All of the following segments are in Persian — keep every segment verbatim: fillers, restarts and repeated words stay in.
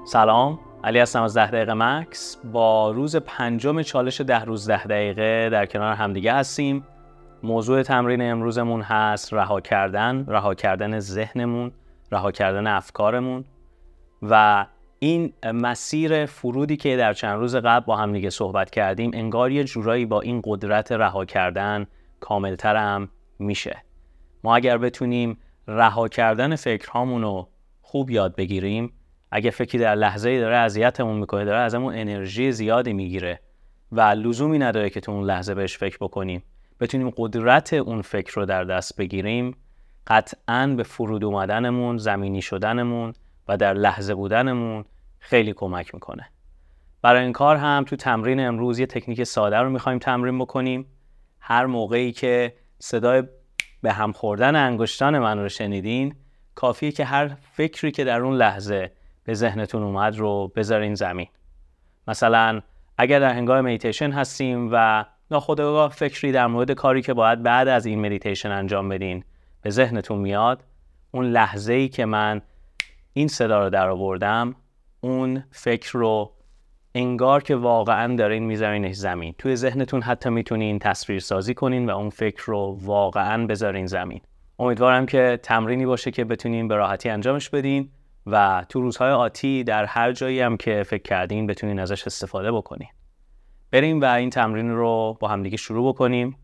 سلام، علی هستم از ده دقیقه مکس. با روز پنجم چالش ده روز ده دقیقه در کنار همدیگه هستیم. موضوع تمرین امروزمون هست رها کردن، رها کردن ذهنمون، رها کردن افکارمون و این مسیر فرودی که در چند روز قبل با همدیگه صحبت کردیم انگار یه جورایی با این قدرت رها کردن کاملتر هم میشه. ما اگر بتونیم رها کردن فکرهامون رو خوب یاد بگیریم، اگه فکری در لحظه‌ای داره اذیتمون میکنه، داره ازمون انرژی زیادی میگیره و لزومی نداره که تو اون لحظه بهش فکر بکنیم، بتونیم قدرت اون فکر رو در دست بگیریم، قطعاً به فرود اومدنمون، زمینی شدنمون و در لحظه بودنمون خیلی کمک میکنه. برای این کار هم تو تمرین امروز یه تکنیک ساده رو میخوایم تمرین بکنیم. هر موقعی که صدای به هم خوردن انگشتان من رو شنیدین، کافیه که هر فکری که در اون لحظه به ذهنتون اومد رو بذارین زمین. مثلا اگر در هنگام مدیتیشن هستیم و ناخودآگاه فکری در مورد کاری که باید بعد از این مدیتیشن انجام بدین به ذهنتون میاد، اون لحظه‌ای که من این صدا رو در آوردم، اون فکر رو انگار که واقعاً دارین میذارینش زمین. توی ذهنتون حتی میتونین تصویر سازی کنین و اون فکر رو واقعاً بذارین زمین. امیدوارم که تمرینی باشه که بتونین به راحتی انجامش بدین و تو روزهای آتی در هر جایی هم که فکر کردین بتونین ازش استفاده بکنین. بریم و این تمرین رو با همدیگه شروع بکنیم.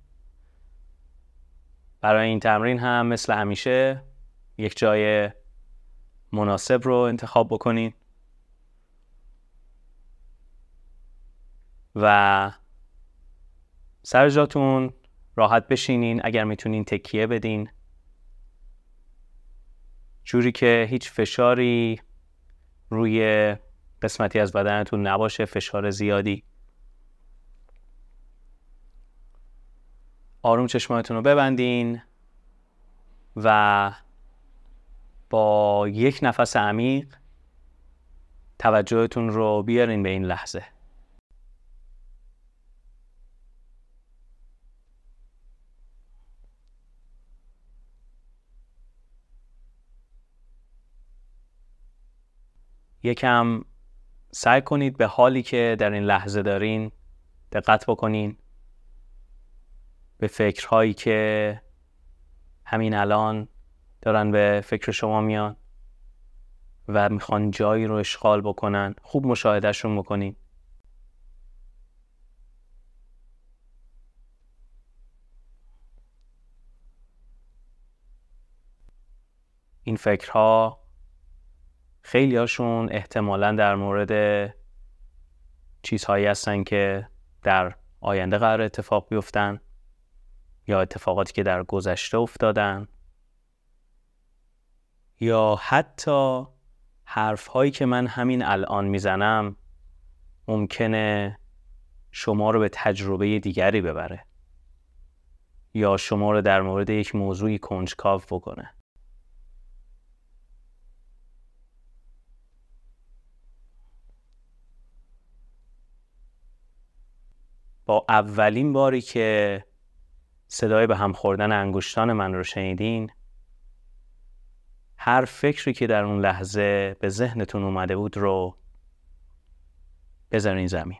برای این تمرین هم مثل همیشه یک جای مناسب رو انتخاب بکنین و سر جاتون راحت بشینین. اگر میتونین تکیه بدین، جوری که هیچ فشاری روی قسمتی از بدنتون نباشه، فشار زیادی. آروم چشماتون رو ببندین و با یک نفس عمیق توجهتون رو بیارین به این لحظه. یکم سعی کنید به حالی که در این لحظه دارین دقت بکنین، به فکرهایی که همین الان دارن به فکر شما میان و میخوان جایی رو اشغال بکنن. خوب مشاهدهشون بکنین. این فکرها خیلی هاشون احتمالاً در مورد چیزهایی هستن که در آینده قرار اتفاق بیفتن یا اتفاقاتی که در گذشته افتادن یا حتی حرفهایی که من همین الان میزنم ممکنه شما رو به تجربه دیگری ببره یا شما رو در مورد یک موضوعی کنجکاو بکنه. با اولین باری که صدای به هم خوردن انگشتان من رو شنیدین، هر فکری که در اون لحظه به ذهنتون اومده بود رو بذارین زمین.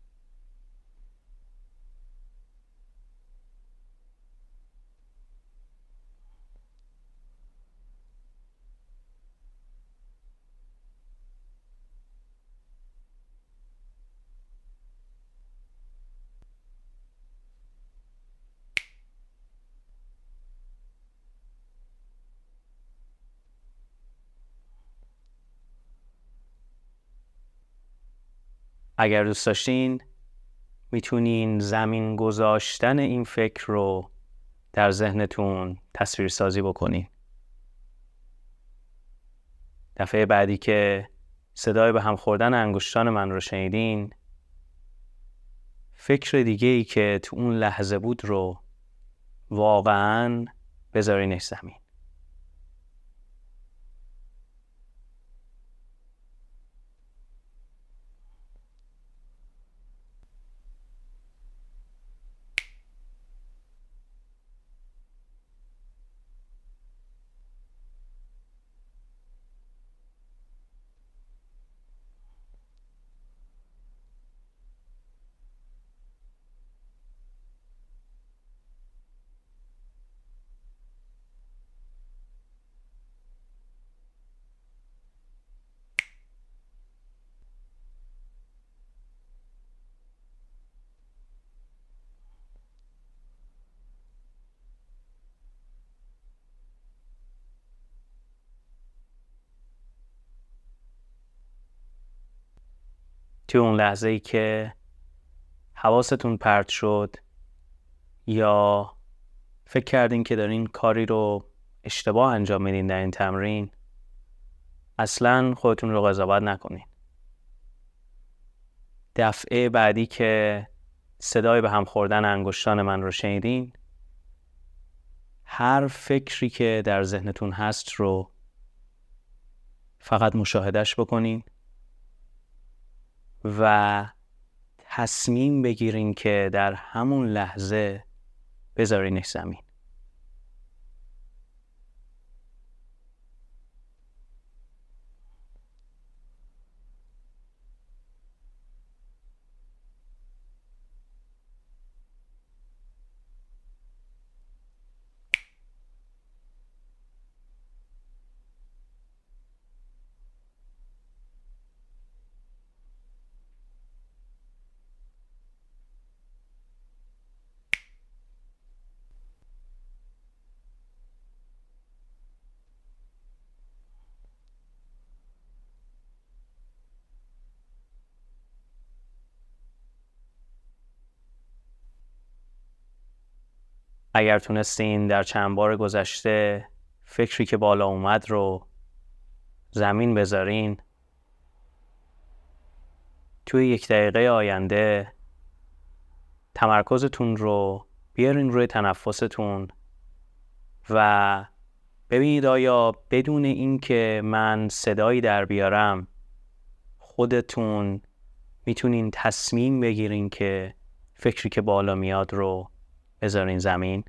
اگر دوست داشتین میتونین زمین گذاشتن این فکر رو در ذهنتون تصویر سازی بکنین. دفعه بعدی که صدای به هم خوردن انگشتان من رو شنیدین، فکر دیگه ای که تو اون لحظه بود رو واقعاً بذارینش زمین. توی اون لحظه ای که حواستون پرت شد یا فکر کردین که دارین کاری رو اشتباه انجام میدین در این تمرین، اصلاً خودتون رو قضاوت نکنین. دفعه بعدی که صدای به هم خوردن انگشتان من رو شنیدین، هر فکری که در ذهنتون هست رو فقط مشاهدهش بکنین و تصمیم بگیرین که در همون لحظه بذارینش زمین. اگر تونستین در چند بار گذشته فکری که بالا اومد رو زمین بذارین، توی یک دقیقه آینده تمرکزتون رو بیارین روی تنفستون و ببینید آیا بدون اینکه من صدایی در بیارم خودتون میتونین تصمیم بگیرین که فکری که بالا میاد رو بذارین زمین.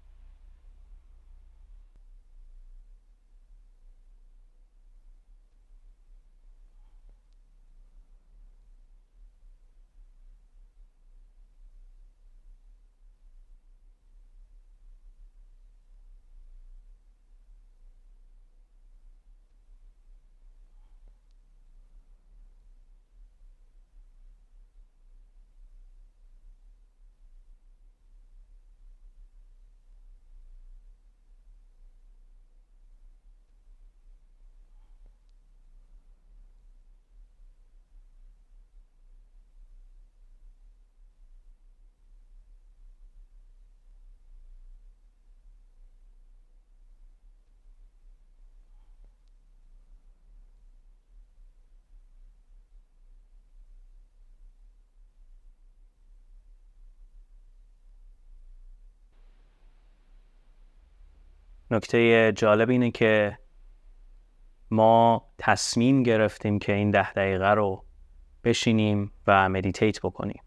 نکته جالب اینه که ما تصمیم گرفتیم که این ده دقیقه رو بشینیم و مدیتیت بکنیم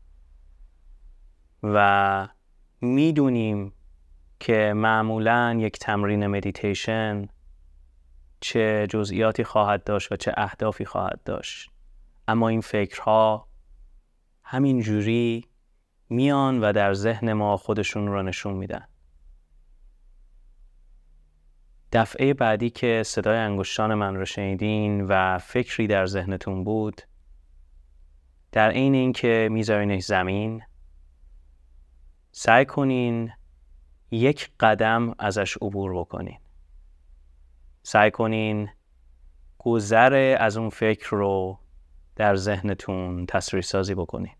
و میدونیم که معمولاً یک تمرین مدیتیشن چه جزئیاتی خواهد داشت و چه اهدافی خواهد داشت، اما این فکرها همین جوری میان و در ذهن ما خودشون رو نشون میدن. دفعه بعدی که صدای انگشتان من رو شنیدین و فکری در ذهنتون بود، در عین این که میذارینش زمین، سعی کنین یک قدم ازش عبور بکنین. سعی کنین گذر از اون فکر رو در ذهنتون تصویر سازی بکنین.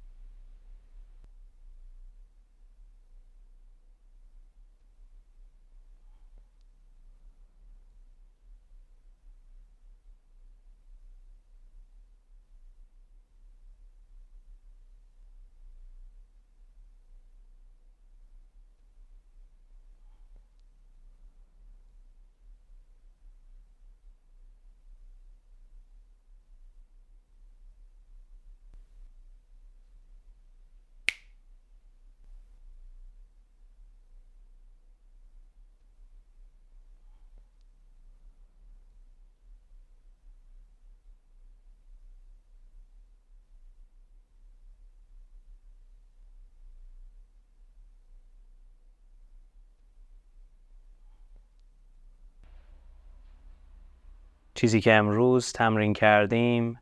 چیزی که امروز تمرین کردیم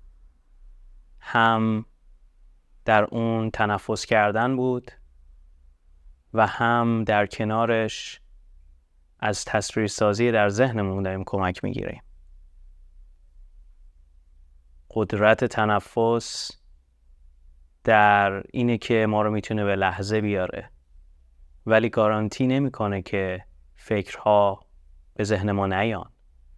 هم در اون تنفس کردن بود و هم در کنارش از تصویر سازی در ذهنمون داریم کمک میگیریم. قدرت تنفس در اینه که ما رو میتونه به لحظه بیاره، ولی گارانتی نمیکنه که فکرها به ذهن ما نیان.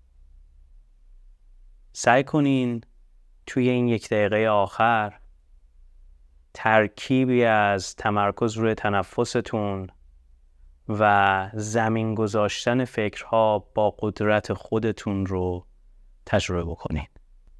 سعی کنین توی این یک دقیقه آخر ترکیبی از تمرکز روی تنفستون و زمین گذاشتن فکرها با قدرت خودتون رو تجربه بکنین.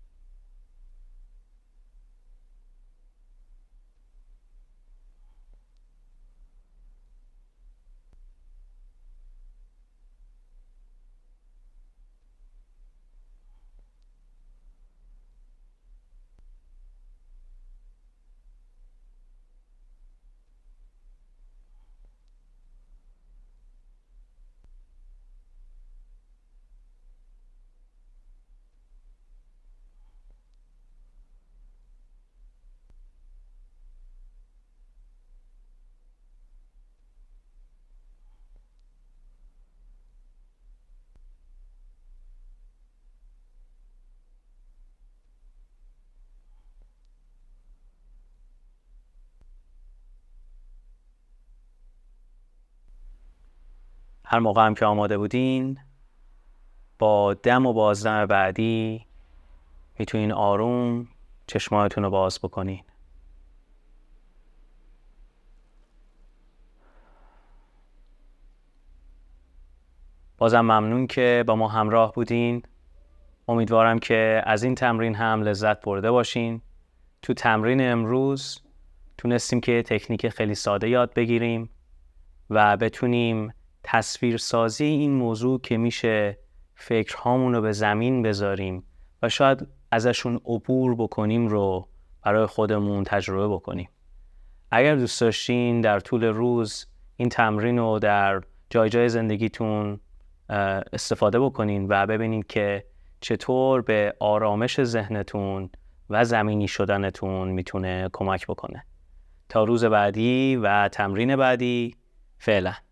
هر موقع هم که آماده بودین، با دم و بازدم بعدی میتونین آروم چشماتون رو باز بکنین. بازم ممنون که با ما همراه بودین. امیدوارم که از این تمرین هم لذت برده باشین. تو تمرین امروز تونستیم که تکنیک خیلی ساده یاد بگیریم و بتونیم تصویرسازی این موضوع که میشه فکرهامون رو به زمین بذاریم و شاید ازشون عبور بکنیم رو برای خودمون تجربه بکنیم. اگر دوست داشتین در طول روز این تمرین رو در جای جای زندگیتون استفاده بکنین و ببینین که چطور به آرامش ذهنتون و زمینی شدنتون میتونه کمک بکنه. تا روز بعدی و تمرین بعدی، فعلا.